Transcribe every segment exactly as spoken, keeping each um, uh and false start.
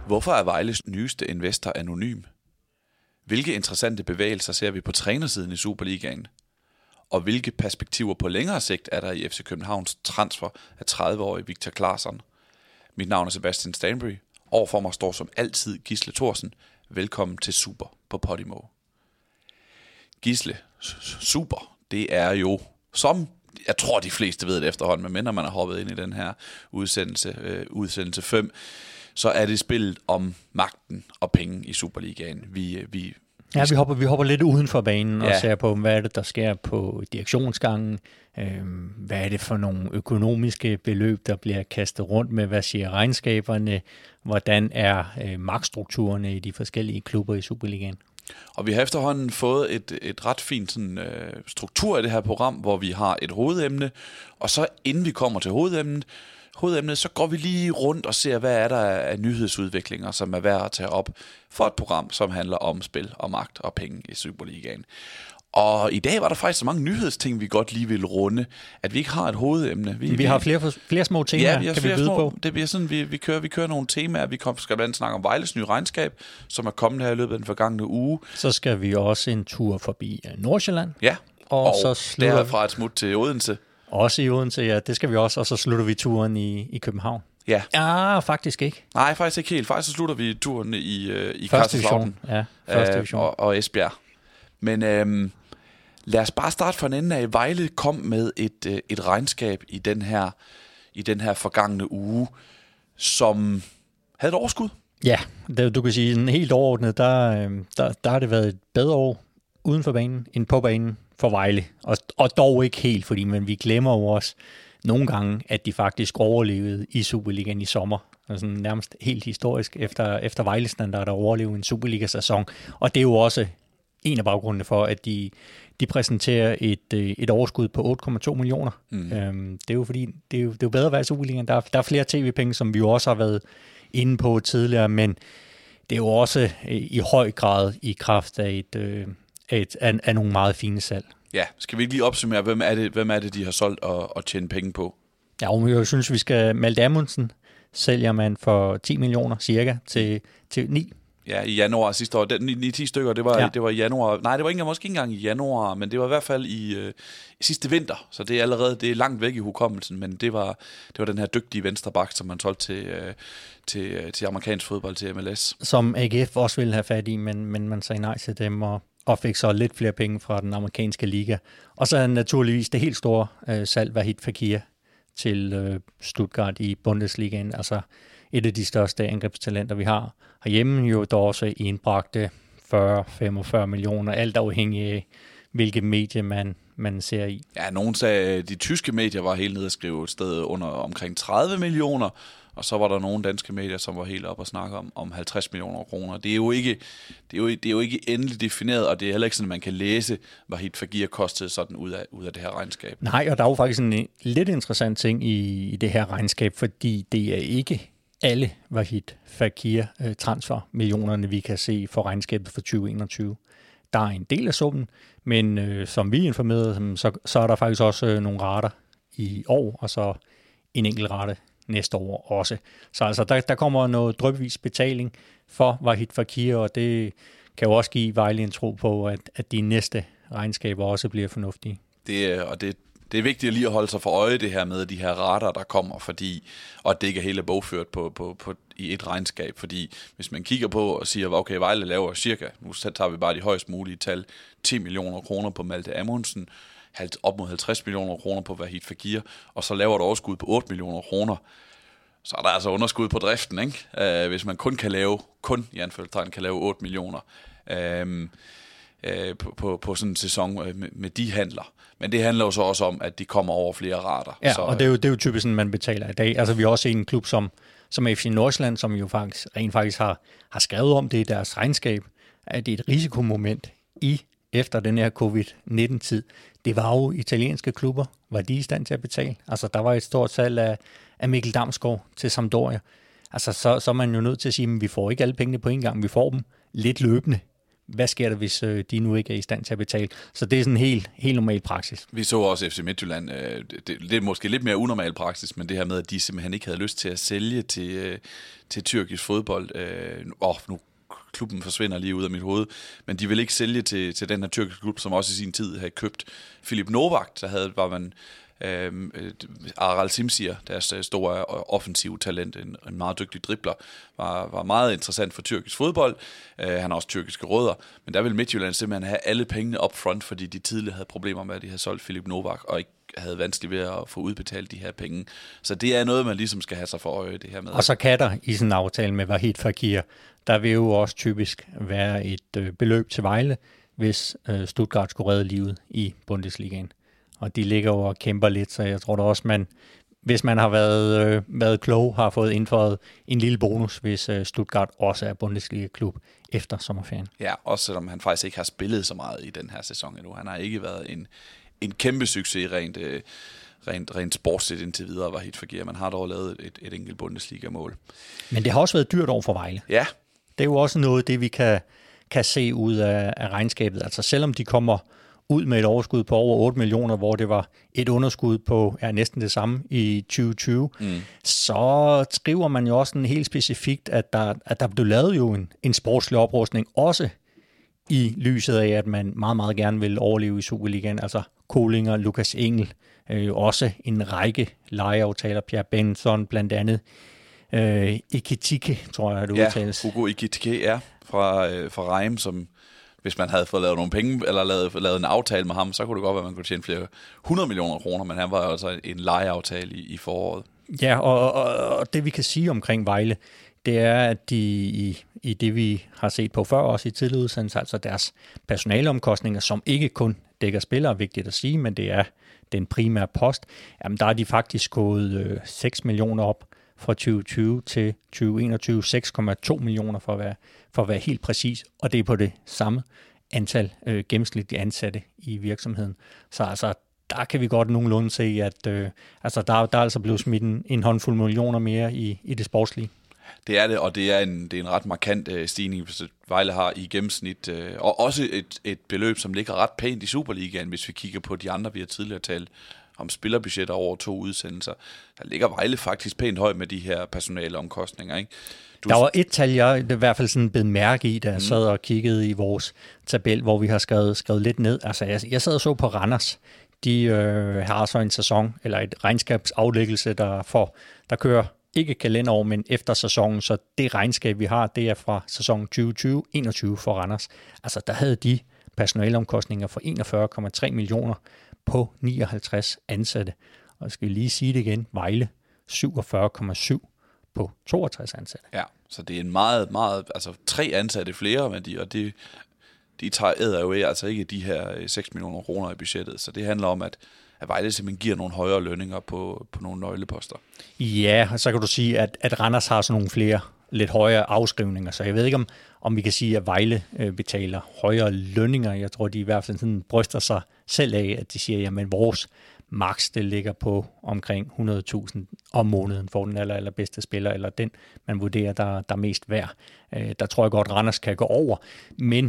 Hvorfor er Vejles nyeste investor anonym? Hvilke interessante bevægelser ser vi på trænersiden i Superligaen? Og hvilke perspektiver på længere sigt er der i F C Københavns transfer af tredive-årige Victor Claesson? Mit navn er Sebastian Stanbury. Overfor mig står som altid Gisle Thorsen. Velkommen til Super på Podimo. Gisle, Super, det er jo, som jeg tror de fleste ved det efterhånden, medmindre man har hoppet ind i den her udsendelse, øh, udsendelse fem, så er det spillet om magten og penge i Superligaen. Vi, vi, ja, vi hopper, vi hopper lidt uden for banen ja. og ser på, hvad er det, der sker på direktionsgangen. Øhm, hvad er det for nogle økonomiske beløb, der bliver kastet rundt med? Hvad siger regnskaberne? Hvordan er øh, magtstrukturerne i de forskellige klubber i Superligaen? Og vi har efterhånden fået et, et ret fint sådan, øh, struktur i det her program, hvor vi har et hovedemne, og så inden vi kommer til hovedemnet, hovedemnet, så går vi lige rundt og ser, hvad er der af nyhedsudviklinger, som er værd at tage op for et program, som handler om spil og magt og penge i Superligaen. Og i dag var der faktisk så mange nyhedsting, vi godt lige vil runde, at vi ikke har et hovedemne. Vi, vi har flere, flere små temaer, ja, vi har kan flere vi byde små, på. Det bliver sådan, vi, vi, kører, vi kører nogle temaer. Vi kom, skal blandt andet snakke om Vejles nye regnskab, som er kommet her i løbet af den forgangne uge. Så skal vi også en tur forbi Nordsjælland. Ja, og, og så slutter derfra et smut til Odense. Også i Odense, ja, det skal vi også. Og så slutter vi turen i, i København. Ja. Ja, faktisk ikke. Nej, faktisk ikke helt. Faktisk så slutter vi turen i, uh, i første division. Ja, første division. Uh, og, og Esbjerg. Men øhm, lad os bare starte fra en ende af. Vejle kom med et, uh, et regnskab i den her i den her forgangne uge, som havde et overskud. Ja, det, du kan sige, sådan helt overordnet, der, der, der har det været et bedre år uden for banen end på banen for Vejle. Og, og dog ikke helt, fordi men vi glemmer jo også nogle gange, at de faktisk overlevede i Superligaen i sommer. Altså nærmest helt historisk efter, efter Vejle-standard at overleve en Superliga-sæson. Og det er jo også en af baggrundene for, at de, de præsenterer et, et overskud på otte komma to millioner. Mm. Øhm, det er jo fordi, det er jo, det er jo bedre at være i Superligaen. Der, der er flere tv-penge, som vi jo også har været inde på tidligere, men det er jo også i høj grad i kraft af, et, af, et, af, af nogle meget fine salg. Ja, skal vi ikke lige opsummere, hvem er det, hvem er det de har solgt og, og tjent penge på? Ja, og jeg synes, vi skal... Malte Amundsen sælger man for ti millioner cirka til, til ni. Ja, i januar sidste år. Den, ni, ti stykker, det var, ja. det var i januar. Nej, det var ikke, måske ikke engang i januar, men det var i hvert fald i, øh, i sidste vinter. Så det er allerede det er langt væk i hukommelsen, men det var, det var den her dygtige venstreback, som man solgte til, øh, til, til amerikansk fodbold, til M L S. Som A G F også ville have fat i, men, men man sagde nej til dem, og og fik så lidt flere penge fra den amerikanske liga. Og så er naturligvis det helt store øh, salg Vahid Fekir til øh, Stuttgart i Bundesligaen, altså et af de største angrebstalenter, vi har herhjemme, jo der også indbragte fyrre til femogfyrre millioner, alt afhængig af, hvilket medie man, man ser i. Ja, nogen sagde, at de tyske medier var helt nede at skrive et sted under omkring tredive millioner, og så var der nogle danske medier, som var helt op og snakke om, om halvtreds millioner kroner. Det er jo ikke, det er jo, det er jo ikke endeligt defineret, og det er heller ikke sådan, at man kan læse, hvad Vahid Fekir kostede sådan ud af, ud af det her regnskab. Nej, og der er jo faktisk en lidt interessant ting i, i det her regnskab, fordi det er ikke alle Vahid Fekir transfermillionerne, vi kan se for regnskabet for tyve enogtyve. Der er en del af summen, men øh, som vi informerede, så, så er der faktisk også øh, nogle rater i år, og så en enkelt rate næste år også. Så altså, der, der kommer noget drypvis betaling for Vahid Fekir, og det kan jo også give Vejle en tro på, at, at de næste regnskaber også bliver fornuftige. Det, og det, det er vigtigt lige at holde sig for øje det her med de her rater, der kommer, fordi, og at det ikke er hele bogført på, på, på, i et regnskab, fordi hvis man kigger på og siger, okay, Vejle laver cirka, nu tager vi bare de højst mulige tal, ti millioner kroner på Malte Amundsen, op mod halvtreds millioner kroner på Vahid Fekir, og så laver et overskud på otte millioner kroner, så er der altså underskud på driften, ikke? Uh, hvis man kun kan lave, kun i anførselstegn kan lave otte millioner uh, uh, på, på, på sådan en sæson med, med de handler. Men det handler jo så også om, at de kommer over flere rater. Ja, så, og det er, jo, det er jo typisk sådan, man betaler i dag. Altså vi har også en klub som, som F C Nordsjælland, som jo faktisk rent faktisk har, har skrevet om det i deres regnskab, at det er et risikomoment i efter den her covid nitten-tid. Det var jo italienske klubber, var de i stand til at betale. Altså der var et stort salg af, af Mikkel Damsgaard til Sampdoria. Altså så, så er man jo nødt til at sige, at vi får ikke alle pengene på en gang, vi får dem lidt løbende. hvad sker der, hvis øh, de nu ikke er i stand til at betale? Så det er sådan en helt, helt normal praksis. Vi så også F C Midtjylland, øh, det, det er måske lidt mere unormal praksis, men det her med, at de simpelthen ikke havde lyst til at sælge til, øh, til tyrkisk fodbold. Øh, åh, nu klubben forsvinder lige ud af mit hoved, men de vil ikke sælge til, til den her tyrkiske klub, som også i sin tid havde købt Filip Novak, der havde, var man øh, Aral Simsier, deres store offensive talent, en, en meget dygtig dribler, var, var meget interessant for tyrkisk fodbold. Øh, han har også tyrkiske rødder, men der vil Midtjylland simpelthen have alle pengene up front, fordi de tidligere havde problemer med, at de havde solgt Filip Novak, og ikke havde vanskeligt ved at få udbetalt de her penge. Så det er noget, man ligesom skal have sig for øje, det her med. Og så kan der i sådan en aftale med Vahid Fakir, der vil jo også typisk være et øh, beløb til Vejle, hvis øh, Stuttgart skulle redde livet i Bundesligaen. Og de ligger jo og kæmper lidt, så jeg tror da også, man, hvis man har været, øh, været klog, har fået indført en lille bonus, hvis øh, Stuttgart også er Bundesliga-klub efter sommerferien. Ja, også selvom han faktisk ikke har spillet så meget i den her sæson endnu. Han har ikke været en, en kæmpe succes rent, øh, rent, rent sportsligt indtil videre, var helt forkert. Man har dog lavet et, et enkelt Bundesliga-mål. Men det har også været dyrt over for Vejle. Ja. Det er jo også noget, det vi kan, kan se ud af, af regnskabet. Altså selvom de kommer ud med et overskud på over otte millioner, hvor det var et underskud på ja, næsten det samme i tyve tyve, mm. så skriver man jo også sådan helt specifikt, at der, at der blev lavet jo en, en sportslig oprustning, også i lyset af, at man meget, meget gerne vil overleve i Superligaen. Altså Kolinger, Lukas Engel, øh, også en række lejeaftaler, Pierre Benson blandt andet, øh, Ekitike, tror jeg, at det ja, udtales. Ja, Hugo Ekitike, ja, fra, øh, fra Reim, som hvis man havde fået lavet nogle penge, eller lavet, lavet en aftale med ham, så kunne det godt være, at man kunne tjene flere hundrede millioner kroner, men han var altså en lejeaftale i, i foråret. Ja, og, og, og det vi kan sige omkring Vejle, det er, at de i, i det, vi har set på før, også i tidligere udsendelser, altså deres personaleomkostninger, som ikke kun dækker spillere, vigtigt at sige, men det er den primære post, jamen der er de faktisk gået øh, seks millioner op fra tyve tyve til tyve enogtyve, seks komma to millioner for at være, for at være helt præcis, og det er på det samme antal øh, gennemsnitlige ansatte i virksomheden. Så altså, der kan vi godt nogenlunde se, at øh, altså, der, der er altså blevet smidt en, en håndfuld millioner mere i, i det sportslige. Det er det, og det er en, det er en ret markant øh, stigning, hvis Vejle har i gennemsnit, øh, og også et, et beløb, som ligger ret pænt i Superligaen, hvis vi kigger på de andre, vi har tidligere talt om spillerbudgetter over to udsendelser. Der ligger Vejle faktisk pænt højt med de her personale omkostninger, ikke? Du... Der var et tal, jeg i hvert fald sådan blev mærke i, da jeg mm. sad og kiggede i vores tabel, hvor vi har skrevet, skrevet lidt ned. Altså, jeg, jeg sad og så på Randers. De øh, har så en sæson, eller et regnskabsaflæggelse, der, får, der kører ikke kalenderår, men efter sæsonen. Så det regnskab, vi har, det er fra sæsonen tyve tyve enogtyve for Randers. Altså, der havde de personaleomkostninger for enogfyrre komma tre millioner på nioghalvtreds ansatte. Og jeg skal lige sige det igen, Vejle syvogfyrre komma syv på toogtres ansatte. Ja, så det er en meget, meget, altså tre ansatte flere, men de, og de, de tager æder jo altså ikke de her seks millioner kroner i budgettet, så det handler om, at, at Vejle simpelthen giver nogle højere lønninger på, på nogle nøgleposter. Ja, og så kan du sige, at, at Randers har sådan nogle flere lidt højere afskrivninger, så jeg ved ikke, om, om vi kan sige, at Vejle øh, betaler højere lønninger. Jeg tror, de i hvert fald sådan bryster sig selv af, at de siger, jamen vores max, det ligger på omkring hundrede tusind om måneden for den aller, allerbedste spiller, eller den, man vurderer, der, der er mest værd. Øh, der tror jeg godt, Randers kan gå over, men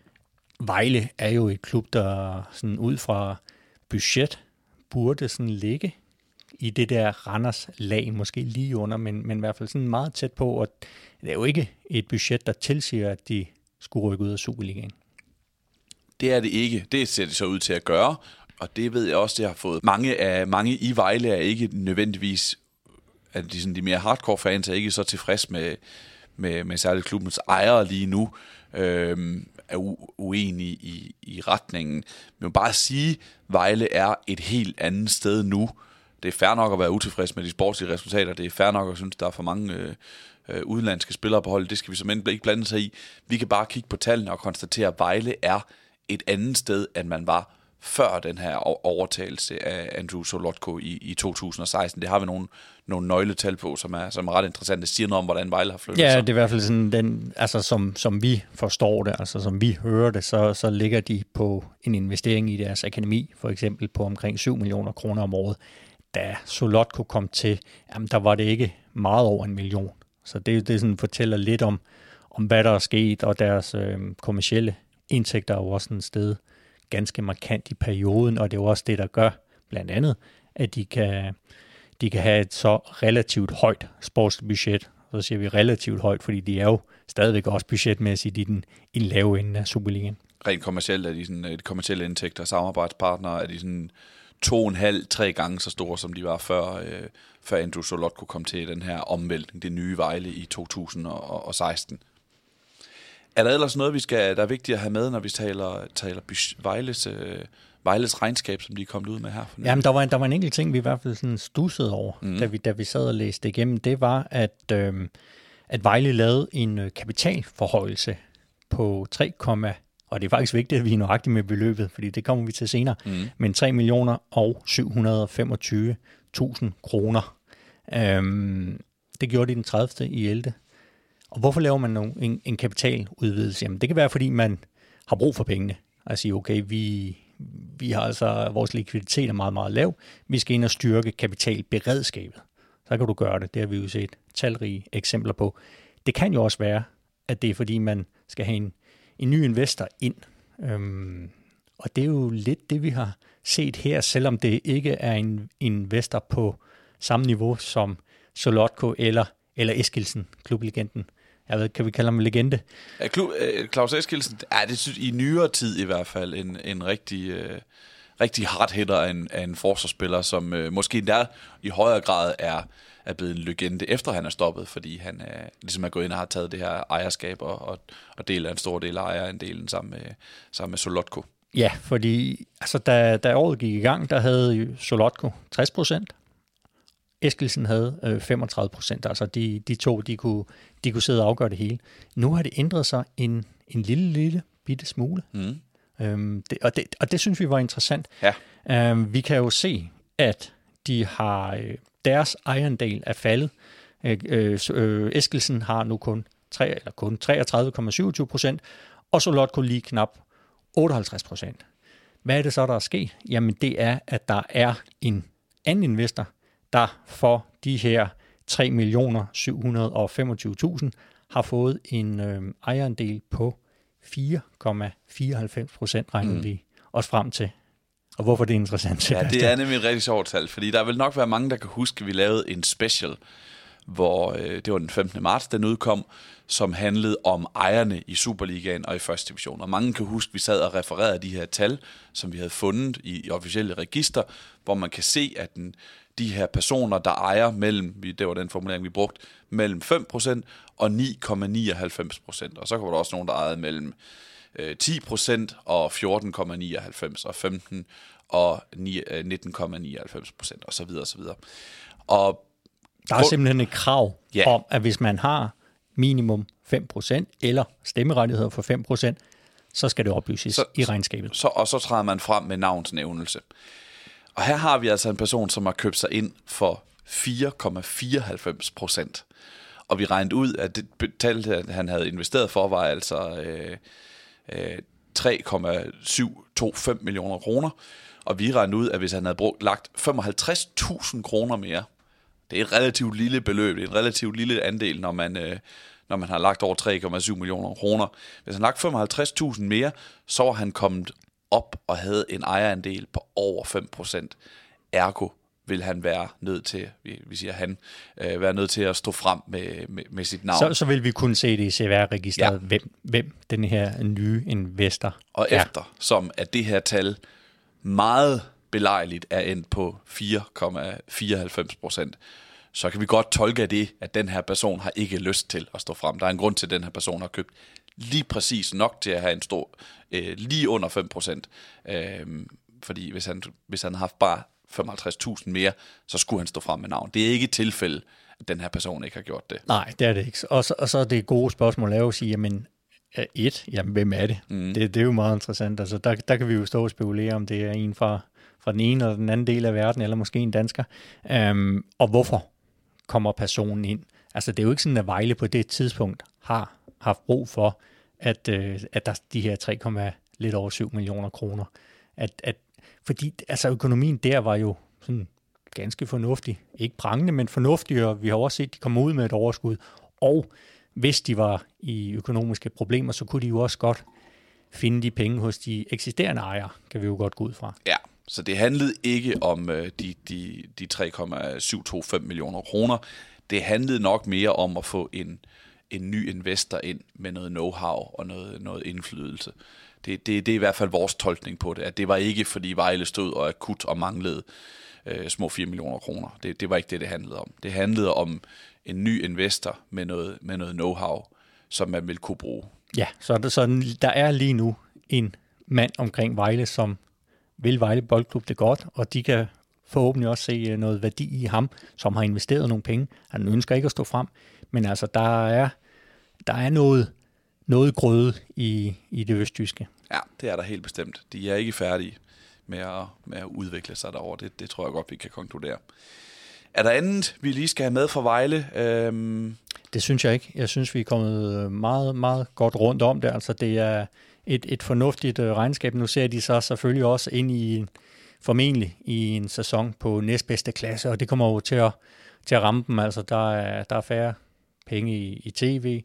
Vejle er jo et klub, der sådan ud fra budget burde sådan ligge i det der Randers lag, måske lige under, men, men i hvert fald sådan meget tæt på, og det er jo ikke et budget, der tilsiger, at de skulle rykke ud af Superligaen. Det er det ikke. Det ser det så ud til at gøre, og det ved jeg også, det har fået. Mange, af, mange i Vejle er ikke nødvendigvis, at de, sådan, de mere hardcore fans er ikke så tilfreds med, med, med særligt klubbens ejere lige nu, øhm, er u- uenige i, i retningen. Men bare at sige, at Vejle er et helt andet sted nu. Det er fair nok at være utilfreds med de sportslige resultater. Det er fair nok at synes, der er for mange øh, øh, udenlandske spillere på holdet. Det skal vi som end ikke blande sig i. Vi kan bare kigge på tallene og konstatere, at Vejle er et andet sted, end man var før den her overtagelse af Andrew Solotko i, i to tusind og seksten. Det har vi nogle, nogle nøgletal på, som er, som er ret interessante. Det siger noget om, hvordan Vejle har flyttet ja, sig. Ja, det er i hvert fald sådan, den, altså som, som vi forstår det, altså som vi hører det, så, så ligger de på en investering i deres akademi, for eksempel på omkring syv millioner kroner om året. Da Solotko kom til, jamen der var det ikke meget over en million. Så det, det sådan fortæller lidt om, om hvad der er sket, og deres øh, kommercielle indtægter er jo også sådan et sted ganske markant i perioden, og det er jo også det, der gør blandt andet, at de kan, de kan have et så relativt højt sportsbudget. Så siger vi relativt højt, fordi de er jo stadigvæk også budgetmæssigt i den, i den lave ende af Superligaen. Rent kommercielt er de sådan, de kommercielle indtægter og samarbejdspartnere, er de sådan to og en halv, tre gange så store, som de var før, øh, før Andrew Solotko kom til den her omvæltning, det nye Vejle i to tusind og seksten. Er der ellers noget, vi skal, der er vigtigt at have med, når vi taler, taler Vejles, øh, Vejles regnskab, som de er kommet ud med her? Jamen, der var, en, der var en enkelt ting, vi i hvert fald sådan stussede over, mm. da, vi, da vi sad og læste igennem. Det var, at, øh, at Vejle lavede en kapitalforhøjelse på tre, og det er faktisk vigtigt, at vi er nøjagtige med beløbet, fordi det kommer vi til senere, mm. men tre millioner og syv hundrede og femogtyve tusind kroner. Øhm, det gjorde de den tredivte i ellevte. Og hvorfor laver man nu en, en kapitaludvidelse? Jamen, det kan være, fordi man har brug for pengene. Og sige, okay, vi, vi har altså, vores likviditet er meget, meget lav. Vi skal ind og styrke kapitalberedskabet. Så kan du gøre det. Det har vi jo set talrige eksempler på. Det kan jo også være, at det er, fordi man skal have en, en ny investor ind. Øhm, og det er jo lidt det, vi har set her, selvom det ikke er en investor på samme niveau som Solotko eller, eller Eskildsen, klublegenden. Jeg ved, kan vi kalde ham legende? Ja, klub, øh, Claus Eskildsen, ja, det synes i nyere tid i hvert fald en, en rigtig, øh, rigtig hardhitter af en, af en forsvarsspiller, som øh, måske der i højere grad er, er blevet en legende, efter han er stoppet, fordi han øh, ligesom er gået ind og har taget det her ejerskab og, og, og del af en stor del af ejerandelen sammen med, sammen med Solotko. Ja, fordi altså, da, da året gik i gang, der havde Solotko tres procent, Eskildsen havde øh, femogtredive procent, altså de, de to, de kunne, de kunne sidde og afgøre det hele. Nu har det ændret sig en, en lille, lille bitte smule. Mm. Øhm, det, og, det, og det synes vi var interessant. Ja. Øhm, vi kan jo se, at de har øh, deres ejerandel er faldet. Øh, øh, Eskildsen har nu kun, tre, eller kun treogtredive komma syvogtyve procent, og Solotko lige knap otteoghalvtreds procent. Hvad er det så, der er sket? Jamen det er, at der er en anden investor, der for de her tre millioner syv hundrede og femogtyve tusind har fået en øh, ejerandel på fire komma fireoghalvfems procent, regner mm. vi os frem til. Og hvorfor det er interessant? Ja, det er nemlig et rigtig sjovt tal, fordi der vil nok være mange, der kan huske, at vi lavede en special, hvor øh, det var den femtende marts, den udkom, som handlede om ejerne i Superligaen og i første division. Og mange kan huske, at vi sad og refererede de her tal, som vi havde fundet i, i officielle register, hvor man kan se, at den, de her personer, der ejer mellem, det var den formulering, vi brugte, mellem fem procent og ni komma nioghalvfems procent. Og så kommer der også nogen, der ejede mellem øh, ti procent og fjorten komma nioghalvfems og femten og nitten komma nioghalvfems procent og så videre og så videre. Og der er simpelthen et krav ja. om, at hvis man har minimum fem procent eller stemmerettigheder for fem procent, så skal det oplyses så, i regnskabet. Så, og så træder man frem med navnsnævnelse. Og her har vi altså en person, som har købt sig ind for fire komma fireoghalvfems procent. Og vi regnede ud, at det tal, han havde investeret for, var altså øh, øh, tre komma syv to fem millioner kroner. Og vi regnede ud, at hvis han havde brugt, lagt femoghalvtreds tusind kroner mere, det er et relativt lille beløb, det er en relativt lille andel, når man, øh, når man har lagt over tre komma syv millioner kroner. Hvis han lagt femoghalvtreds tusind mere, så var han kommet op og havde en ejerandel på over fem procent. Ergo vil han være nødt til, vi, vi siger han, øh, være nødt til at stå frem med, med, med sit navn. Så, så vil vi kunne se det i C V R-registeret, ja. hvem, hvem den her nye investor og er. Efter, som at det her tal meget belejligt er endt på fire komma fireoghalvfems procent, så kan vi godt tolke af det, at den her person har ikke lyst til at stå frem. Der er en grund til, at den her person har købt lige præcis nok til at have en stor, øh, lige under fem procent. Øh, fordi hvis han, hvis han har haft bare femoghalvtreds tusind mere, så skulle han stå frem med navn. Det er ikke et tilfælde, at den her person ikke har gjort det. Nej, det er det ikke. Og så, og så er det gode spørgsmål er at sige, jamen, et, jamen hvem er det? Mm. det? Det er jo meget interessant. Altså, der, der kan vi jo stå og spekulere, om det er en fra, fra den ene eller den anden del af verden, eller måske en dansker. Um, og hvorfor kommer personen ind? Altså, det er jo ikke sådan, at Vejle på det tidspunkt har haft brug for, at, øh, at der de her tre komma lidt over syv millioner kroner. At, at, fordi altså, økonomien der var jo sådan ganske fornuftig. Ikke prangende, men fornuftig, og vi har også set, at de kommer ud med et overskud. Og hvis de var i økonomiske problemer, så kunne de jo også godt finde de penge hos de eksisterende ejere, kan vi jo godt gå ud fra. Ja, så det handlede ikke om øh, de, de, de tre komma syv to fem millioner kroner. Det handlede nok mere om at få en, en ny investor ind med noget know-how og noget, noget indflydelse. Det, det, det er i hvert fald vores tolkning på det, at det var ikke, fordi Vejle stod og akut og manglede øh, små fire millioner kroner. Det, det var ikke det, det handlede om. Det handlede om en ny investor med noget, med noget know-how, som man vil kunne bruge. Ja, så der, så der er lige nu en mand omkring Vejle, som vil Vejle Boldklub det godt, og de kan forhåbentlig også se noget værdi i ham, som har investeret nogle penge. Han ønsker ikke at stå frem, men altså der er, der er noget, noget grøde i, i det østjyske. Ja, det er der helt bestemt. De er ikke færdige med at, med at udvikle sig derovre. Det, det tror jeg godt, vi kan konkludere. Er der andet, vi lige skal have med fra Vejle? Øhm... Det synes jeg ikke. Jeg synes, vi er kommet meget, meget godt rundt om det. Altså, det er et, et fornuftigt regnskab. Nu ser de så selvfølgelig også ind i, formentlig i en sæson på næstbedste klasse, og det kommer jo til at, til at ramme dem. Altså, der er, der er færre penge i, i tv.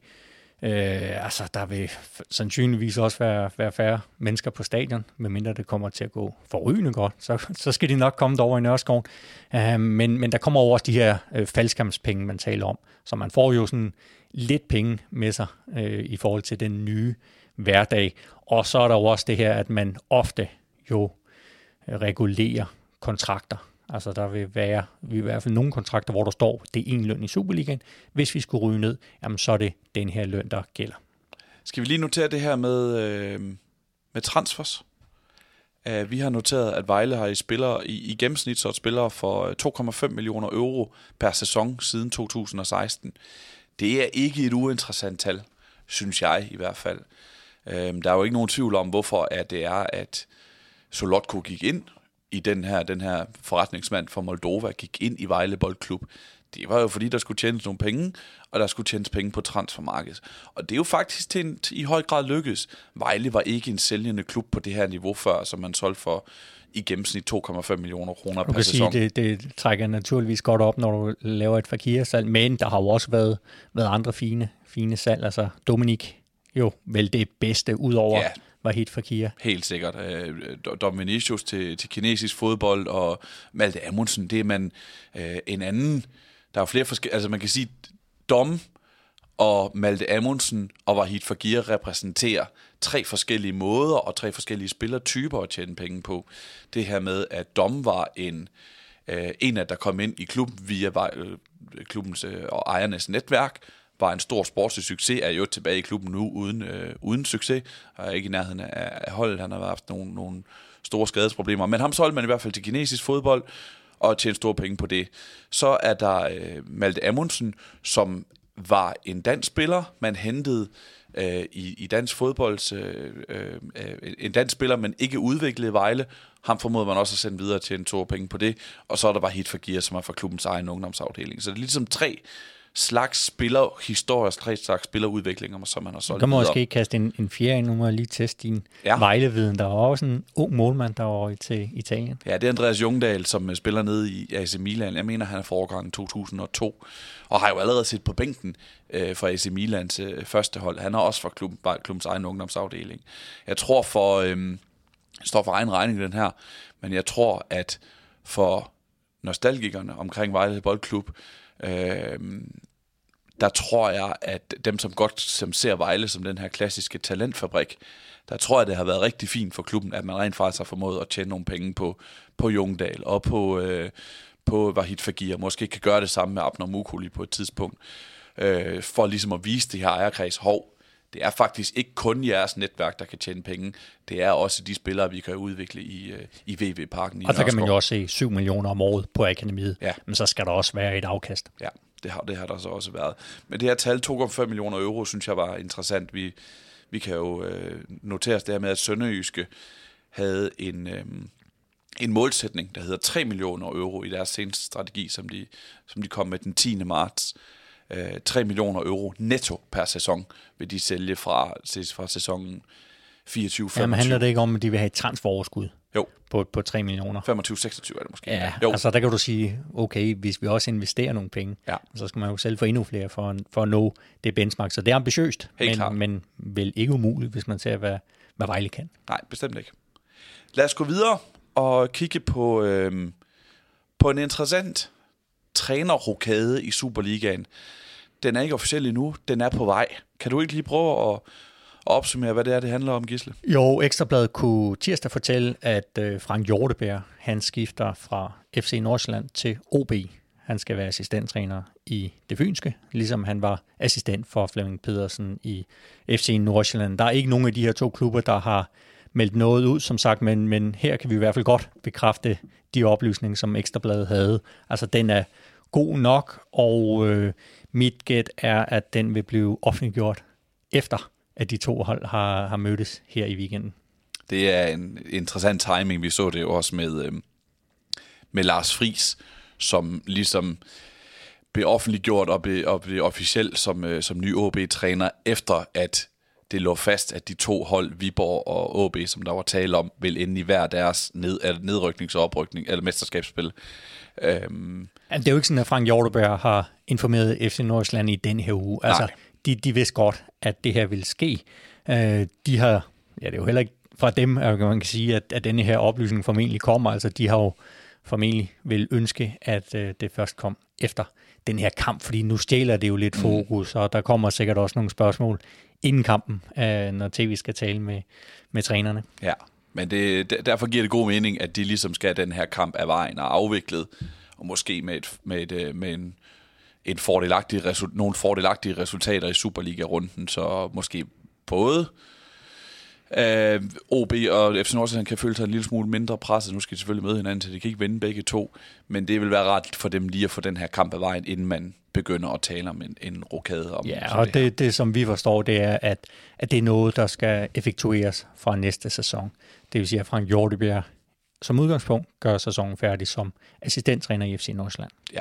Øh, altså, der vil sandsynligvis også være, være færre mennesker på stadion, medmindre det kommer til at gå forrygende godt. Så, så skal de nok komme derover i Nørreskoven. Øh, men, men der kommer over også de her øh, faldskærmspenge, man taler om. Så man får jo sådan lidt penge med sig øh, i forhold til den nye hverdag. Og så er der jo også det her, at man ofte jo regulerer kontrakter. Altså der vil være i hvert fald nogle kontrakter, hvor der står, det er en løn i Superligaen. Hvis vi skulle ryge ned, jamen så er det den her løn, der gælder. Skal vi lige notere det her med, øh, med transfers? Uh, vi har noteret, at Vejle har i, spillere, i, i gennemsnit så spillere for to komma fem millioner euro per sæson siden to tusind og seksten. Det er ikke et uinteressant tal, synes jeg i hvert fald. Uh, der er jo ikke nogen tvivl om, hvorfor at det er, at Solotko gik ind i den her, den her forretningsmand fra Moldova, gik ind i Vejle Boldklub. Det var jo fordi, der skulle tjenes nogle penge, og der skulle tjenes penge på transfermarkedet. Og det er jo faktisk til en, til i høj grad lykkes. Vejle var ikke en sælgende klub på det her niveau før, som man solgte for i gennemsnit to komma fem millioner kroner per sæson. Du kan sige, det, det trækker naturligvis godt op, når du laver et Fekir-salg, men der har jo også været, været andre fine, fine salg. Altså Dominik, jo vel det bedste, udover ja. Var helt Fekir. Helt sikkert. Dom Vinicius til, til kinesisk fodbold, og Malte Amundsen, det er man øh, en anden. Der er jo flere forskellige, altså man kan sige, Dom og Malte Amundsen og Wahid Fekir repræsenterer tre forskellige måder og tre forskellige spillertyper at tjene penge på. Det her med, at Dom var en, øh, en af der kom ind i klubben via øh, klubbens øh, og ejernes netværk, var en stor sportslig succes, er jo tilbage i klubben nu uden, øh, uden succes, og er ikke i nærheden af, af holdet. Han har haft nogle, nogle store skadesproblemer, men ham solgte man i hvert fald til kinesisk fodbold, og tjene store penge på det. Så er der øh, Malte Amundsen, som var en dansk spiller, man hentede øh, i, i dansk fodbold, øh, øh, en dansk spiller, men ikke udviklede Vejle. Ham formoder man også at sende videre til en store penge på det, og så er der bare Wahid Fekir, som er fra klubbens egen ungdomsafdeling. Så det er ligesom tre slags spiller, historisk tre slags spillerudviklinger, som man har solgt. Du kan måske kaste en, en fjerde ind, nu må jeg lige teste din ja. Vejleviden. Der var også en ung målmand, der var til Italien. Ja, det er Andreas Jungdahl, som spiller nede i A C Milan. Jeg mener, han er foregangen to tusind og to, og har jo allerede set på bænken øh, for A C Milans øh, første hold. Han er også fra klubben, klubbens egen ungdomsafdeling. Jeg tror for, øh, står for egen regning den her, men jeg tror, at for nostalgikerne omkring Vejle Boldklub, øh, der tror jeg, at dem, som godt som ser Vejle som den her klassiske talentfabrik, der tror jeg, det har været rigtig fint for klubben, at man rent faktisk har formået at tjene nogle penge på, på Jungdahl og på, øh, på Wahid Fekir. Måske kan gøre det samme med Abner Mukuli på et tidspunkt, øh, for ligesom at vise det her ejerkreds. Hov, det er faktisk ikke kun jeres netværk, der kan tjene penge. Det er også de spillere, vi kan udvikle i, i V V-parken. Og der kan man jo også se syv millioner om året på akademiet, ja. Men så skal der også være et afkast. Ja, det har, det har der så også været. Men det her tal, to komma fem millioner euro, synes jeg var interessant. Vi, vi kan jo øh, notere os det her med, at Sønderjyske havde en, øh, en målsætning, der hedder tre millioner euro i deres seneste strategi, som de, som de kom med den tiende marts. tre millioner euro netto per sæson vil de sælge fra, fra sæsonen fireogtyve femogtyve. Jamen handler det ikke om, at de vil have et transferoverskud? Jo. På, på tre millioner. femogtyve seksogtyve er det måske. Ja, jo. altså der kan du sige, okay, hvis vi også investerer nogle penge, ja. så skal man jo selv få endnu flere for, for at nå det benchmark. Så det er ambitiøst, men, men vel ikke umuligt, hvis man ser, hvad, hvad Vejle kan. Nej, bestemt ikke. Lad os gå videre og kigge på, øhm, på en interessant trænerrokade i Superligaen. Den er ikke officiel endnu, den er på vej. Kan du ikke lige prøve at opsummere, hvad det er, det handler om, Gisle? Jo, Ekstrabladet kunne tirsdag fortælle, at øh, Frank Hjortebær, han skifter fra F C Nordsjælland til O B. Han skal være assistenttræner i det fynske, ligesom han var assistent for Flemming Pedersen i F C Nordsjælland. Der er ikke nogen af de her to klubber, der har meldt noget ud, som sagt, men, men her kan vi i hvert fald godt bekræfte de oplysninger, som Ekstrabladet havde. Altså, den er god nok, og øh, mit gæt er, at den vil blive offentliggjort efter at de to hold har, har mødtes her i weekenden. Det er en interessant timing. Vi så det jo også med, øh, med Lars Friis, som ligesom blev offentliggjort og blev, og blev officielt som, øh, som ny O B-træner, efter at det lå fast, at de to hold, Viborg og O B, som der var tale om, vil ende i hver deres ned, nedryknings- og oprykning, eller mesterskabsspil. Øhm. Det er jo ikke sådan, at Frank Hjortebær har informeret F C Nordsjælland i den her uge. Altså, Nej. De, de vidste godt, at det her ville ske. Øh, de har, ja, det er jo heller ikke fra dem, at man kan sige, at, at denne her oplysning formentlig kommer. Altså, de har jo formentlig vil ønske, at øh, det først kom efter den her kamp, fordi nu stjæler det jo lidt fokus, og der kommer sikkert også nogle spørgsmål inden kampen, øh, når T V skal tale med, med trænerne. Ja, men det, derfor giver det god mening, at de ligesom skal den her kamp af vejen og afviklet, og måske med, et, med, et, med en Et fordelagtige resu- nogle fordelagtige resultater i Superliga-runden, så måske både øh, O B og F C Nordsjælland kan føle sig en lille smule mindre presset. Nu skal de selvfølgelig møde hinanden, så de kan ikke vinde begge to, men det vil være ret for dem lige at få den her kamp af vejen, inden man begynder at tale om en, en rokade. Om ja, og det, det, det som vi forstår, det er, at, at det er noget, der skal effektueres fra næste sæson. Det vil sige, at Frank Hjortebær som udgangspunkt gør sæsonen færdig som assistenttræner i F C Nordsjælland. Ja.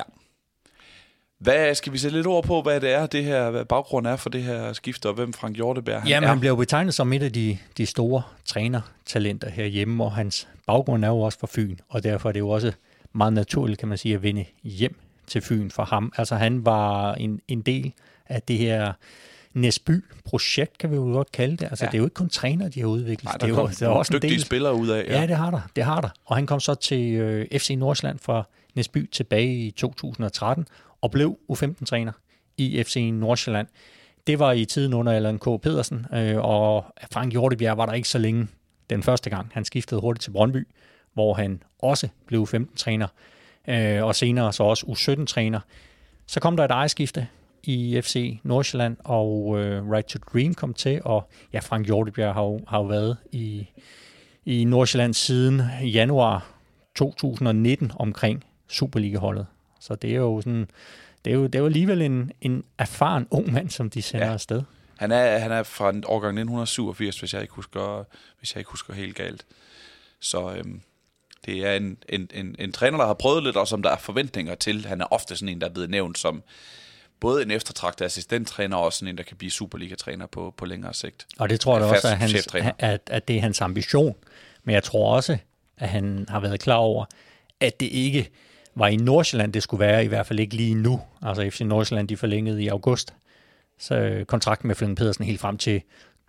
Hvad skal vi sætte lidt ord på, hvad det er, det her, hvad baggrunden er for det her skifte, og hvem Frank Hjortebær han Jamen, er? han bliver jo betegnet som et af de, de store trænertalenter herhjemme, og hans baggrund er jo også fra Fyn, og derfor er det jo også meget naturligt, kan man sige, at vinde hjem til Fyn for ham. Altså, han var en, en del af det her Næsby-projekt, kan vi jo godt kalde det. Altså, ja. Det er jo ikke kun træner, de har udviklet. Nej, der det er kom jo, der er også dygtige en del spillere ud af. Ja. ja, det har der. Det har der. Og han kom så til øh, F C Nordsjælland fra Næsby tilbage i to tusind og tretten, og blev U femten-træner i F C Nordsjælland. Det var i tiden under Allan K. Pedersen, øh, og Frank Hjortebær var der ikke så længe den første gang. Han skiftede hurtigt til Brøndby, hvor han også blev U femten-træner, øh, og senere så også U sytten-træner. Så kom der et ejerskifte i F C Nordsjælland, og øh, Right to Dream kom til, og ja, Frank Hjortebær har jo, har jo været i, i Nordsjælland siden januar to tusind og nitten omkring Superliga-holdet. Så det er jo sådan, det er jo, det er jo alligevel en, en erfaren ung mand, som de sender ja. afsted. Han er, han er fra årgang nitten syvogfirs, hvis jeg ikke husker, hvis jeg ikke husker helt galt. Så øhm, det er en, en, en, en træner, der har prøvet lidt, og som der er forventninger til. Han er ofte sådan en, der er blevet nævnt som både en eftertragtet assistenttræner, og også sådan en, der kan blive Superliga-træner på, på længere sigt. Og det tror jeg også, at, hans, at, at det er hans ambition. Men jeg tror også, at han har været klar over, at det ikke var i Nordsjælland, det skulle være, i hvert fald ikke lige nu. Altså F C Nordsjælland, de forlængede i august. Så kontrakten med Flemming Pedersen helt frem til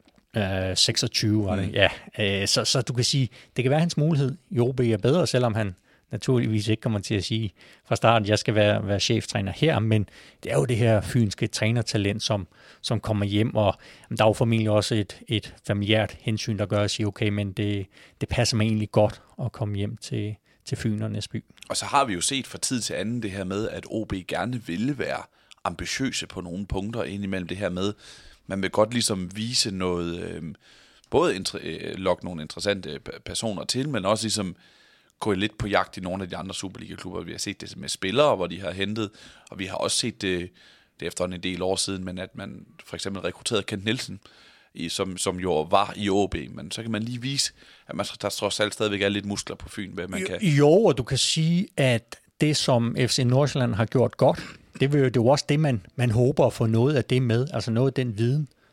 øh, seksogtyve var det. Mm. Ja, øh, så, så du kan sige, det kan være hans mulighed i O B er bedre, selvom han naturligvis ikke kommer til at sige fra starten, at jeg skal være, være cheftræner her, men det er jo det her fynske trænertalent, som, som kommer hjem, og jamen, der er jo formentlig også et, et familiært hensyn, der gør at sige, okay, men det, det passer mig egentlig godt at komme hjem til, til Fyn og Næsby. Og så har vi jo set fra tid til anden det her med, at O B gerne ville være ambitiøse på nogle punkter indimellem det her med, man vil godt ligesom vise noget, øh, både inter- øh, lokke nogle interessante personer til, men også ligesom gå lidt på jagt i nogle af de andre Superliga-klubber. Vi har set det med spillere, hvor de har hentet, og vi har også set det, det efter en del år siden, men at man for eksempel rekrutterede Kent Nielsen, i, som, som jo var i O B, men så kan man lige vise, at man, der trods alt stadigvæk er lidt muskler på Fyn, hvad man kan. Jo, og du kan sige, at det, som F C Nordsjælland har gjort godt, det er jo, det er jo også det, man, man håber at få noget af det med, altså noget af den viden,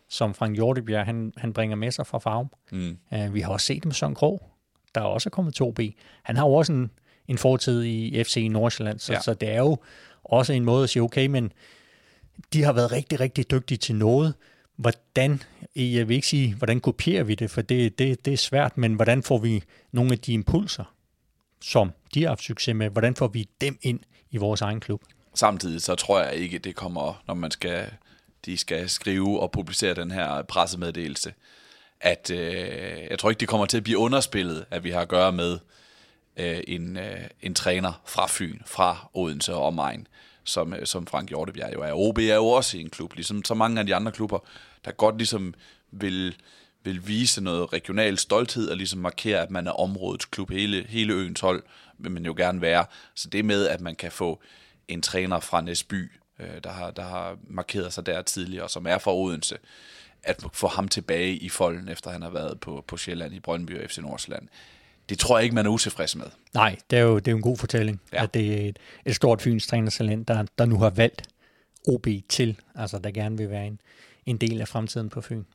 som Frank Hjortebjerg, han, han bringer med sig fra Farum. Mm. Uh, vi har også set dem med Søren Krog, der er også kommet to B. Han har jo også en, en fortid i F C Nordsjælland, så, ja. så det er jo også en måde at sige, okay, men de har været rigtig, rigtig dygtige til noget. Hvordan, jeg vil ikke sige, hvordan kopierer vi det, for det, det, det er svært, men hvordan får vi nogle af de impulser, som de har haft succes med, hvordan får vi dem ind i vores egen klub? Samtidig så tror jeg ikke, det kommer, når man skal, de skal skrive og publicere den her pressemeddelelse, at øh, jeg tror ikke, det kommer til at blive underspillet, at vi har at gøre med øh, en, øh, en træner fra Fyn, fra Odense og omegn, som, øh, som Frank Hjortebjerg jo er. O B er jo også en klub, ligesom så mange af de andre klubber, der godt ligesom vil, vil vise noget regional stolthed og ligesom markere, at man er områdets klub. Hele, hele øens hold vil man jo gerne være. Så det med, at man kan få en træner fra Næsby, øh, der, har, der har markeret sig der tidligere, som er fra Odense, at få ham tilbage i folden, efter han har været på, på Sjælland, i Brøndby og F C Nordsjælland. Det tror jeg ikke, man er utilfreds med. Nej, det er jo, det er jo en god fortælling, ja. At det er et, et stort Fyns trænertalent, der, der nu har valgt O B til, altså der gerne vil være en, en del af fremtiden på Fyn.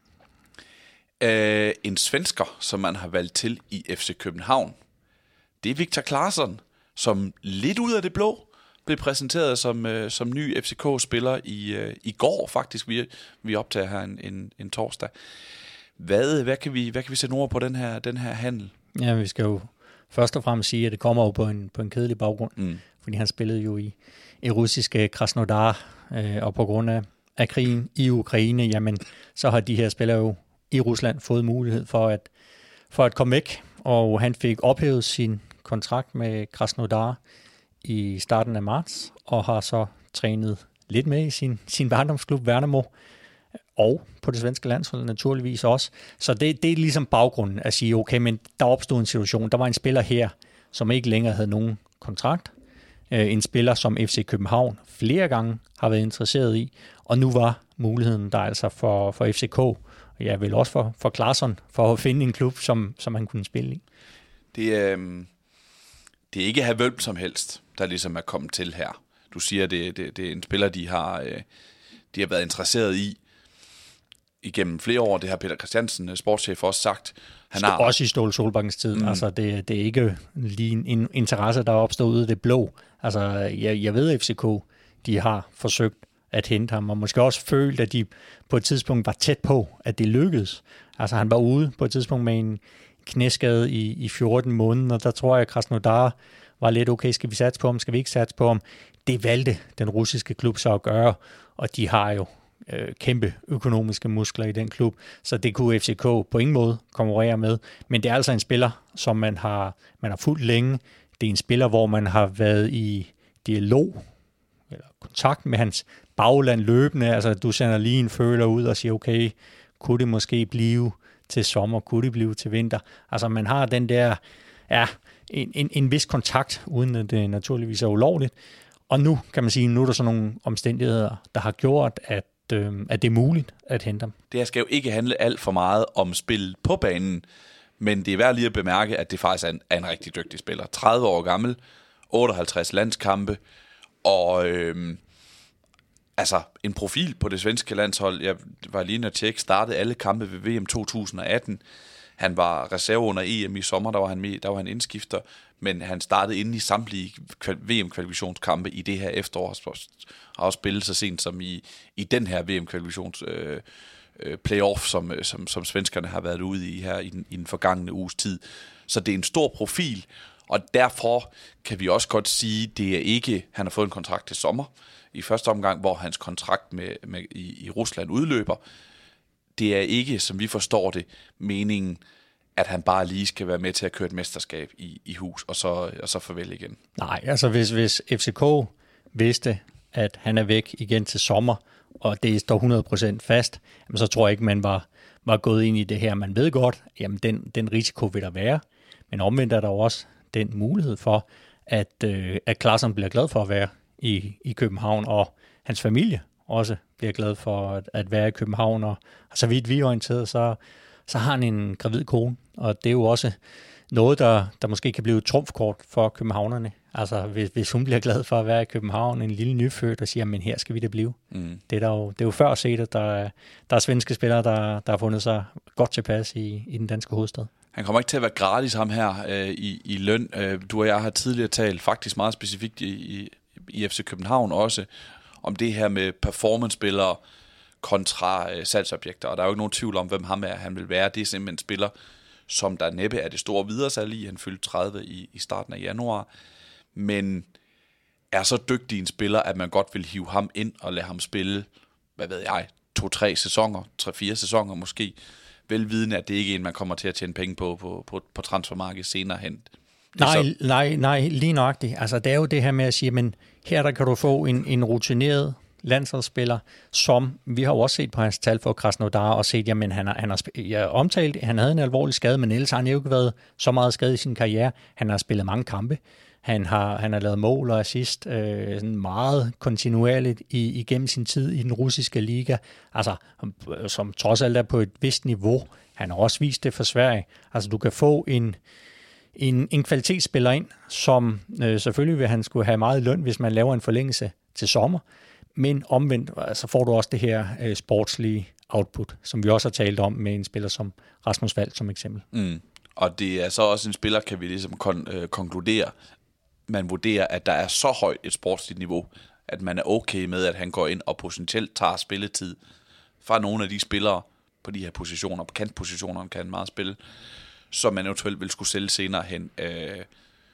Øh, en svensker, som man har valgt til i F C København, det er Viktor Claesson, som lidt ud af det blå blev præsenteret som, øh, som ny F C K-spiller i, øh, i går faktisk. Vi, vi optager her en, en, en torsdag. Hvad, hvad, kan vi, hvad kan vi sætte ord på den her, den her handel? Ja, vi skal jo først og fremmest sige, at det kommer jo på en, på en kedelig baggrund, mm. fordi han spillede jo i, i russiske Krasnodar, øh, og på grund af, af krigen i Ukraine, jamen, så har de her spillere jo i Rusland fået mulighed for at, for at komme væk, og han fik ophævet sin kontrakt med Krasnodar i starten af marts, og har så trænet lidt med i sin, sin barndomsklub Värnamo, og på det svenske landshold naturligvis også. Så det, det er ligesom baggrunden at sige, okay, men der opstod en situation, der var en spiller her, som ikke længere havde nogen kontrakt, en spiller, som F C København flere gange har været interesseret i, og nu var muligheden der altså for, for F C K, og ja, vel også for, for Claesson, for at finde en klub, som, som han kunne spille i. Det er... Øh... Det er ikke have hvem som helst, der ligesom er kommet til her. Du siger, det, det, det er en spiller, de har, øh, de har været interesseret i igennem flere år. Det har Peter Christiansen, sportschef, også sagt. Han har også i Ståle Solbakkens tid. Mm. Altså, det, det er ikke lige en, en interesse, der er opstået ud af det blå. Altså, jeg, jeg ved, at F C K, de har forsøgt at hente ham, og måske også følt, at de på et tidspunkt var tæt på, at det lykkedes. Altså, han var ude på et tidspunkt med en knæskade i, i fjorten måneder, og der tror jeg, at Krasnodar var lidt, okay, skal vi satse på ham, skal vi ikke satse på ham? Det valgte den russiske klub så at gøre, og de har jo øh, kæmpe økonomiske muskler i den klub, så det kunne F C K på ingen måde konkurrere med. Men det er altså en spiller, som man har, man har fulgt længe. Det er en spiller, hvor man har været i dialog, eller kontakt med hans bagland løbende, altså du sender lige en føler ud og siger, okay, kunne det måske blive til sommer, kunne det blive til vinter. Altså man har den der, ja, en, en, en vis kontakt, uden at det naturligvis er ulovligt. Og nu kan man sige, nu er der sådan nogle omstændigheder, der har gjort, at, øh, at det er muligt at hente dem. Det her skal jo ikke handle alt for meget om spil på banen, men det er værd lige at bemærke, at det faktisk er en, er en rigtig dygtig spiller. tredive år gammel, otteoghalvtreds landskampe, og øh, altså en profil på det svenske landshold. Jeg var lige at tjekke, startede alle kampe ved V M to tusind atten. Han var reserve under E M i sommer, der var han med, der var han indskifter, men han startede inde i samtlige V M-kvalifikationskampe i det her efterår, og har også spillet så sent som i, i den her V M-kvalifikations øh, øh, playoff, som, som, som svenskerne har været ude i her i den, i den forgangne uges tid. Så det er en stor profil, og derfor kan vi også godt sige, det er ikke, han har fået en kontrakt til sommer, i første omgang, hvor hans kontrakt med, med, i, i Rusland udløber. Det er ikke, som vi forstår det, meningen, at han bare lige skal være med til at køre et mesterskab i, i hus, og så, og så farvel igen. Nej, altså hvis, hvis F C K vidste, at han er væk igen til sommer, og det står hundrede procent fast, jamen så tror jeg ikke, man var, var gået ind i det her. Man ved godt, jamen den, den risiko vil der være, men omvendt er der også den mulighed for, at, øh, at Claesson bliver glad for at være i, i København, og hans familie også bliver glad for at, at være i København, og, og så vidt vi er orienteret, så, så har han en gravid kone, og det er jo også noget, der, der måske kan blive et trumfkort for københavnerne. Altså, hvis, hvis hun bliver glad for at være i København, en lille nyfødt, og siger, men her skal vi da blive. Mm. Det, er der jo, det er jo før set, at der, der er svenske spillere, der, der har fundet sig godt tilpas i, i den danske hovedstad. Han kommer ikke til at være gratis, ham her, øh, i, i løn. Øh, du og jeg har tidligere talt faktisk meget specifikt i, i, i F C København også, om det her med performance-spillere kontra øh, salgsobjekter. Og der er jo ikke nogen tvivl om, hvem ham er. Han vil være. Det er simpelthen en spiller, som der næppe er det store videresalg i. Han fyldte tredive i, i starten af januar. Men er så dygtig en spiller, at man godt vil hive ham ind og lade ham spille, hvad ved jeg, to-tre sæsoner, tre-fire sæsoner måske, velvidende, at det ikke er en, man kommer til at tjene penge på på, på, på transfermarkedet senere hen. Nej, så... nej, nej, lige nøjagtigt. Altså, det er jo det her med at sige, men her der kan du få en, en rutineret landsholdsspiller, som vi har jo også set på hans tal for Krasnodar, og set, jamen han har, han har jeg omtalt, han havde en alvorlig skade, men ellers har han jo ikke været så meget skadet i sin karriere. Han har spillet mange kampe. Han har, han har lavet mål og assist øh, sådan meget kontinuerligt i, igennem sin tid i den russiske liga, altså som trods alt er på et vist niveau. Han har også vist det for Sverige. Altså du kan få en, en, en kvalitetsspiller ind, som øh, selvfølgelig vil han skulle have meget løn, hvis man laver en forlængelse til sommer, men omvendt altså får du også det her øh, sportslige output, som vi også har talt om med en spiller som Rasmus Falk som eksempel. Mm. Og det er så også en spiller, kan vi ligesom kon- øh, konkludere, man vurderer, at der er så højt et sportsligt niveau, at man er okay med, at han går ind og potentielt tager spilletid fra nogle af de spillere på de her positioner, på kantpositionerne kan han meget spille, som man eventuelt vil skulle sælge senere hen. Øh, William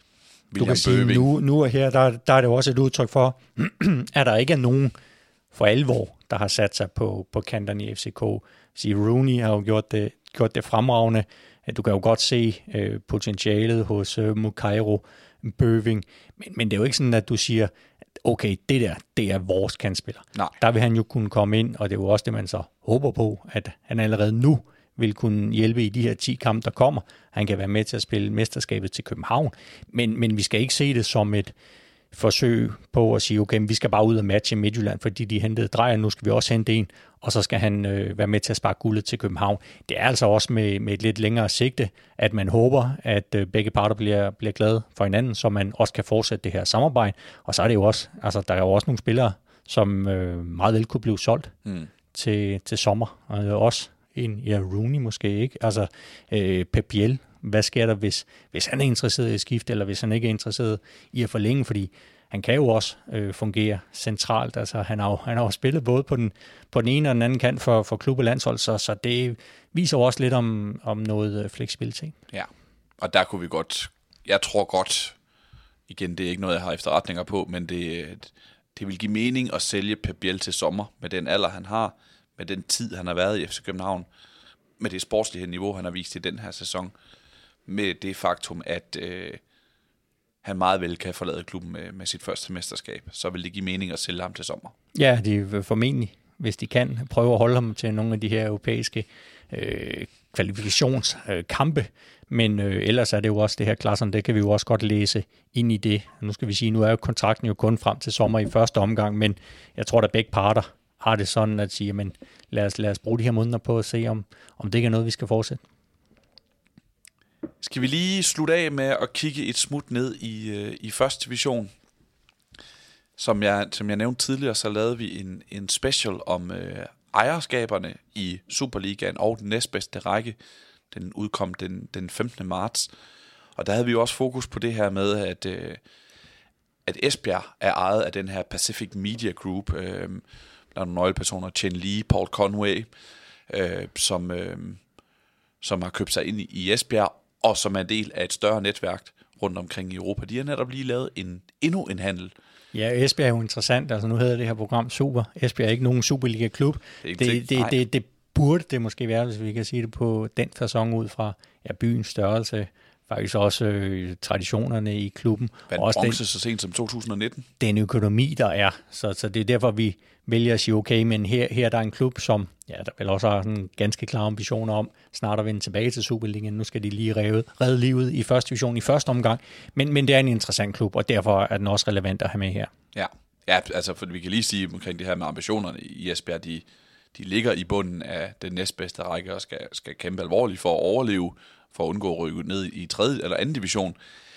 du kan sige, nu, nu og her, der, der er det også et udtryk for, at der ikke er nogen for alvor, der har sat sig på, på kanterne i F C K. Så Rooney har jo gjort det, gjort det fremragende. Du kan jo godt se øh, potentialet hos øh, Mukairo, Bøving, men, men det er jo ikke sådan, at du siger, okay, det der, det er vores kantspiller. Nej. Der vil han jo kunne komme ind, og det er jo også det, man så håber på, at han allerede nu vil kunne hjælpe i de her ti kampe, der kommer. Han kan være med til at spille mesterskabet til København, men, men vi skal ikke se det som et forsøg på at sige, okay, vi skal bare ud og matche Midtjylland, fordi de hentede Drejer, nu skal vi også hente en, og så skal han øh, være med til at sparke guldet til København. Det er altså også med, med et lidt længere sigte, at man håber, at øh, begge parter bliver, bliver glade for hinanden, så man også kan fortsætte det her samarbejde. Og så er det jo også, altså der er jo også nogle spillere, som øh, meget vel kunne blive solgt mm. til, til sommer. Og også en, ja, Rooney måske ikke. Altså øh, Pep Biel, hvad sker der, hvis, hvis han er interesseret i at skifte, eller hvis han ikke er interesseret i at forlænge, fordi han kan jo også øh, fungere centralt. Altså, han har jo, han har jo spillet både på den, på den ene og den anden kant for, for klub og landshold, så, så det viser også lidt om, om noget øh, fleksibilitet. Ja, og der kunne vi godt, jeg tror godt, igen, det er ikke noget, jeg har efterretninger på, men det, det vil give mening at sælge Pep Biel til sommer, med den alder, han har, med den tid, han har været i F C København, med det sportslige niveau, han har vist i den her sæson, med det faktum, at øh, han meget vel kan forlade klubben med, med sit første mesterskab, så vil det give mening at sælge ham til sommer. Ja, de vil formentlig, hvis de kan, prøve at holde ham til nogle af de her europæiske øh, kvalifikationskampe, øh, men øh, ellers er det jo også det her klasserne, det kan vi jo også godt læse ind i det. Nu skal vi sige, nu er jo kontrakten jo kun frem til sommer i første omgang, men jeg tror, at begge parter har det sådan at sige, men lad os, lad os bruge de her måneder på at se, om, om det ikke er noget, vi skal fortsætte. Skal vi lige slutte af med at kigge et smut ned i, øh, i første division? Som jeg, som jeg nævnte tidligere, så lavede vi en, en special om øh, ejerskaberne i Superligaen og den næstbedste række. Den udkom den, den femtende marts. Og der havde vi jo også fokus på det her med, at, øh, at Esbjerg er ejet af den her Pacific Media Group. Øh, der er nogle nøglepersoner, Chen Li, Paul Conway, øh, som, øh, som har købt sig ind i, i Esbjerg, og som er en del af et større netværk rundt omkring i Europa. De har netop lige lavet en, endnu en handel. Ja, Esbjerg er jo interessant. Altså nu hedder det her program Super. Esbjerg er ikke nogen Superliga-klub. Det, det, det, det, det burde det måske være, hvis vi kan sige det på den facon ud fra ja, byens størrelse, faktisk også øh, traditionerne i klubben. Vandt også bronze den, så sent som to tusind nitten. Den økonomi, der er. Så, så det er derfor, vi vælger at sige, okay, men her, her er der en klub, som ja, der vel også har sådan ganske klare ambitioner om snart at vende tilbage til Superligaen. Nu skal de lige redde, redde livet i første division i første omgang. Men, men det er en interessant klub, og derfor er den også relevant at have med her. Ja, ja altså for vi kan lige sige omkring det her med ambitionerne i Esbjerg, de, de ligger i bunden af den næstbedste række og skal, skal kæmpe alvorligt for at overleve, for at undgå at rykke ned i tredje eller anden division.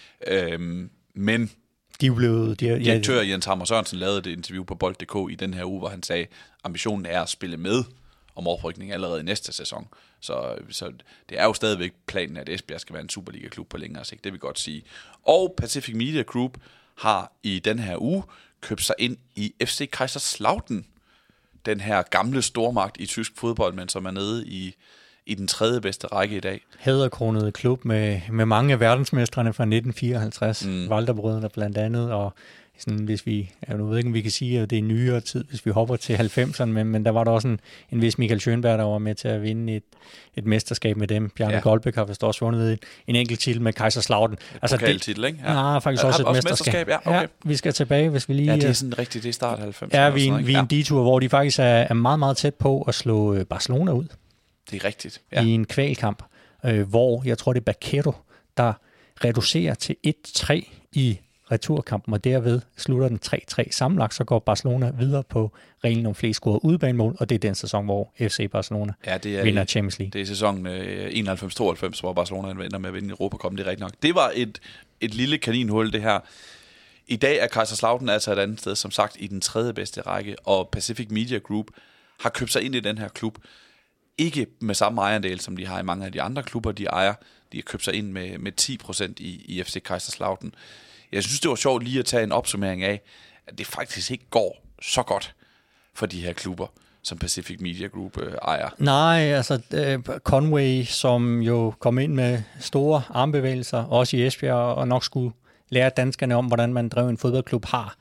Øhm, men de blev, de, ja, direktør Jens Hammer Sørensen lavede et interview på bold punktum d k i den her uge, hvor han sagde, ambitionen er at spille med om oprykning allerede i næste sæson. Så, så det er jo stadigvæk planen, at Esbjerg skal være en Superliga-klub på længere sigt, det vil godt sige. Og Pacific Media Group har i den her uge købt sig ind i F C Kaiserslautern, den her gamle stormagt i tysk fodbold, men som er nede i, i den tredje bedste række i dag. Hæderkronede klub med, med mange af verdensmestrene fra nitten fireoghalvtreds, mm. Walterbrødrene blandt andet, og sådan, hvis vi, jeg ved ikke, om vi kan sige, at det er nyere tid, hvis vi hopper til halvfemserne, men, men der var der også en, en vis Michael Schönberg, der var med til at vinde et, et mesterskab med dem. Bjarne ja. Goldbæk har vist også vundet en, en enkelt titel med Kaiserslautern. Altså pokaltitel, ikke? Ja, nej, faktisk ja, også et også mesterskab. mesterskab. Ja, okay. Ja, vi skal tilbage, hvis vi lige... Ja, det er sådan rigtigt, det er start halvfemserne. Ja, vi er en, en detur, hvor de faktisk er, er meget, meget tæt på at slå Barcelona ud. Det er rigtigt, ja. I en kvalkamp, øh, hvor jeg tror, det er Baquero, der reducerer til et tre i returkampen, og derved slutter den tre tre sammenlagt, så går Barcelona videre på reglen om flest scorede udebanemål, og det er den sæson, hvor F C Barcelona ja, det er vinder Champions League. Det er sæsonen enoghalvfems tooghalvfems, hvor Barcelona ender med at vinde Europa-Cup, det er rigtigt nok. Det var et, et lille kaninhul, det her. I dag er Kaiserslautern altså et andet sted, som sagt, i den tredje bedste række, og Pacific Media Group har købt sig ind i den her klub. Ikke med samme ejerdel, som de har i mange af de andre klubber, de ejer. De har købt sig ind med, med ti procent i, i F C Kaiserslautern. Jeg synes, det var sjovt lige at tage en opsummering af, at det faktisk ikke går så godt for de her klubber, som Pacific Media Group øh, ejer. Nej, altså øh, Conway, som jo kom ind med store armbevægelser, også i Esbjerg, og nok skulle lære danskerne om, hvordan man drev en fodboldklub, har.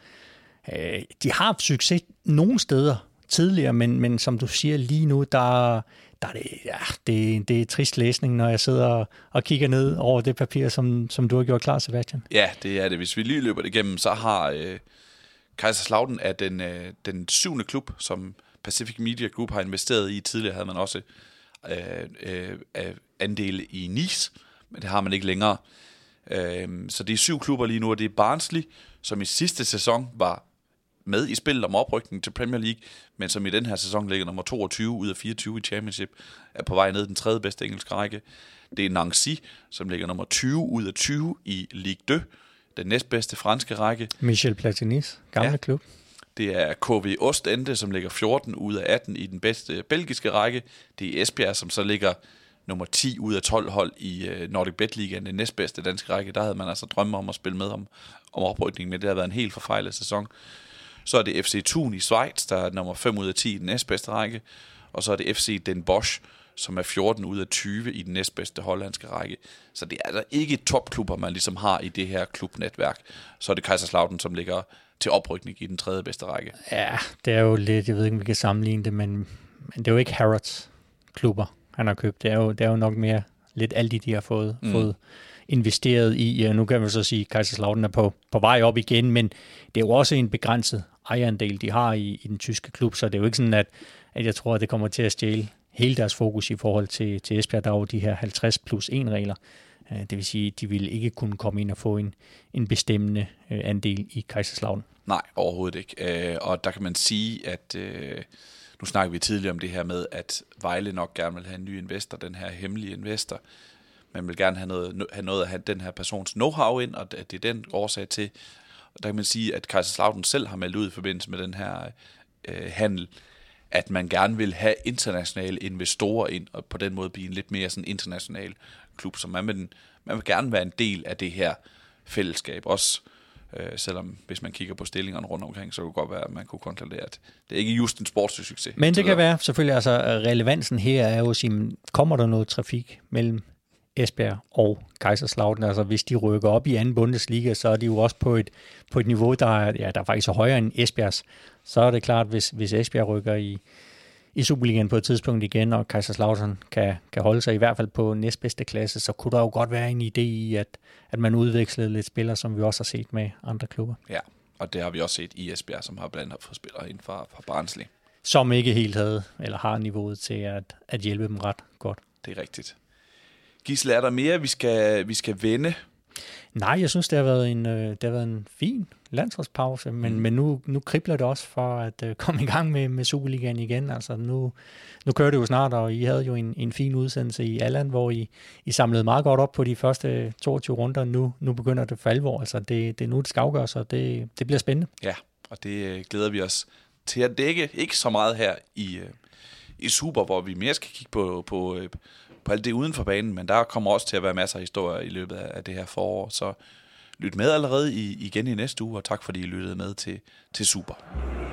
Øh, de har haft succes nogle steder tidligere, men, men som du siger lige nu, der, der er det, ja, det, det er trist læsning, når jeg sidder og, og kigger ned over det papir, som, som du har gjort klar, Sebastian. Ja, det er det. Hvis vi lige løber det igennem, så har øh, Kaiserslautern er den, øh, den syvende klub, som Pacific Media Group har investeret i. Tidligere havde man også øh, øh, andele i Nice, men det har man ikke længere. Øh, så det er syv klubber lige nu, og det er Barnsley, som i sidste sæson var med i spillet om oprykning til Premier League, men som i den her sæson ligger nummer toogtyve ud af fireogtyve i Championship, er på vej ned i den tredje bedste engelske række. Det er Nancy, som ligger nummer tyve ud af tyve i Ligue to, den næstbedste franske række. Michel Platinis, gamle ja. klub. Det er K V Ostende, som ligger fjorten ud af atten i den bedste belgiske række. Det er Esbjerg, som så ligger nummer ti ud af tolv hold i Nordic Bet Ligaen, den næstbedste danske række. Der havde man altså drømme om at spille med om, om oprykning, men det har været en helt forfejlet sæson. Så er det F C Thun i Schweiz, der er nummer fem ud af ti i den næstbedste række. Og så er det F C Den Bosch, som er fjorten ud af tyve i den næstbedste hollandske række. Så det er altså ikke topklubber, man ligesom har i det her klubnetværk. Så er det Kaiserslautern, som ligger til oprykning i den tredje bedste række. Ja, det er jo lidt, jeg ved ikke, om vi kan sammenligne det, men, men det er jo ikke Harrods klubber, han har købt. Det er jo, det er jo nok mere lidt alt det, de har fået, mm. fået investeret i. Ja, nu kan man så sige, at Kaiserslautern er på, på vej op igen, men det er jo også en begrænset ejerandel, de har i, i den tyske klub, så det er jo ikke sådan, at, at jeg tror, at det kommer til at stjæle hele deres fokus i forhold til, til Esbjerg. Der er jo de her halvtreds plus en regler. Det vil sige, at de ville ikke kunne komme ind og få en, en bestemmende andel i Kaiserslautern. Nej, overhovedet ikke. Og der kan man sige, at nu snakker vi tidligere om det her med, at Vejle nok gerne vil have en ny investor, den her hemmelige investor. Man vil gerne have noget, have noget at have den her persons know-how ind, og det er den årsag til. Og der kan man sige, at Kaiserslautern selv har meldt ud i forbindelse med den her øh, handel, at man gerne vil have internationale investorer ind, og på den måde blive en lidt mere sådan international klub, så man vil, man vil gerne være en del af det her fællesskab også. Øh, selvom hvis man kigger på stillingerne rundt omkring, så kunne det godt være, at man kunne konkludere, at det er ikke just en sportssucces. Men det kan være, selvfølgelig, altså relevansen her er jo at sige, kommer der noget trafik mellem Esbjerg og Kaiserslautern? Altså hvis de rykker op i anden Bundesliga, så er de jo også på et, på et niveau, der er, ja, der er faktisk så højere end Esbjergs. Så er det klart, hvis, hvis Esbjerg rykker i, i Superligaen på et tidspunkt igen, og Kaiserslautern kan, kan holde sig i hvert fald på næstbedste klasse, så kunne der jo godt være en idé i, at, at man udvekslede lidt spillere, som vi også har set med andre klubber. Ja, og det har vi også set i Esbjerg, som har blandt andet fået spillere ind fra, fra Barnsley. Som ikke helt havde, eller har niveauet til at, at hjælpe dem ret godt. Det er rigtigt. Gisle, er der mere, vi skal, vi skal vende? Nej, jeg synes, det har været en, øh, det har været en fin landsholdspause, men, mm. men nu, nu kribler det også for at øh, komme i gang med, med Superligaen igen. Altså nu, nu kører det jo snart, og I havde jo en, en fin udsendelse i Alland, hvor I, I samlede meget godt op på de første toogtyve runder. Nu, nu begynder det for alvor. Altså det, det er nu, det skal afgøres, og det, det bliver spændende. Ja, og det øh, glæder vi os til at dække. Ikke så meget her i, øh, i Super, hvor vi mere skal kigge på, på, øh, på alt det uden for banen, men der kommer også til at være masser af historier i løbet af, af det her forår, så lyt med allerede i, igen i næste uge, og tak fordi I lyttede med til, til Super.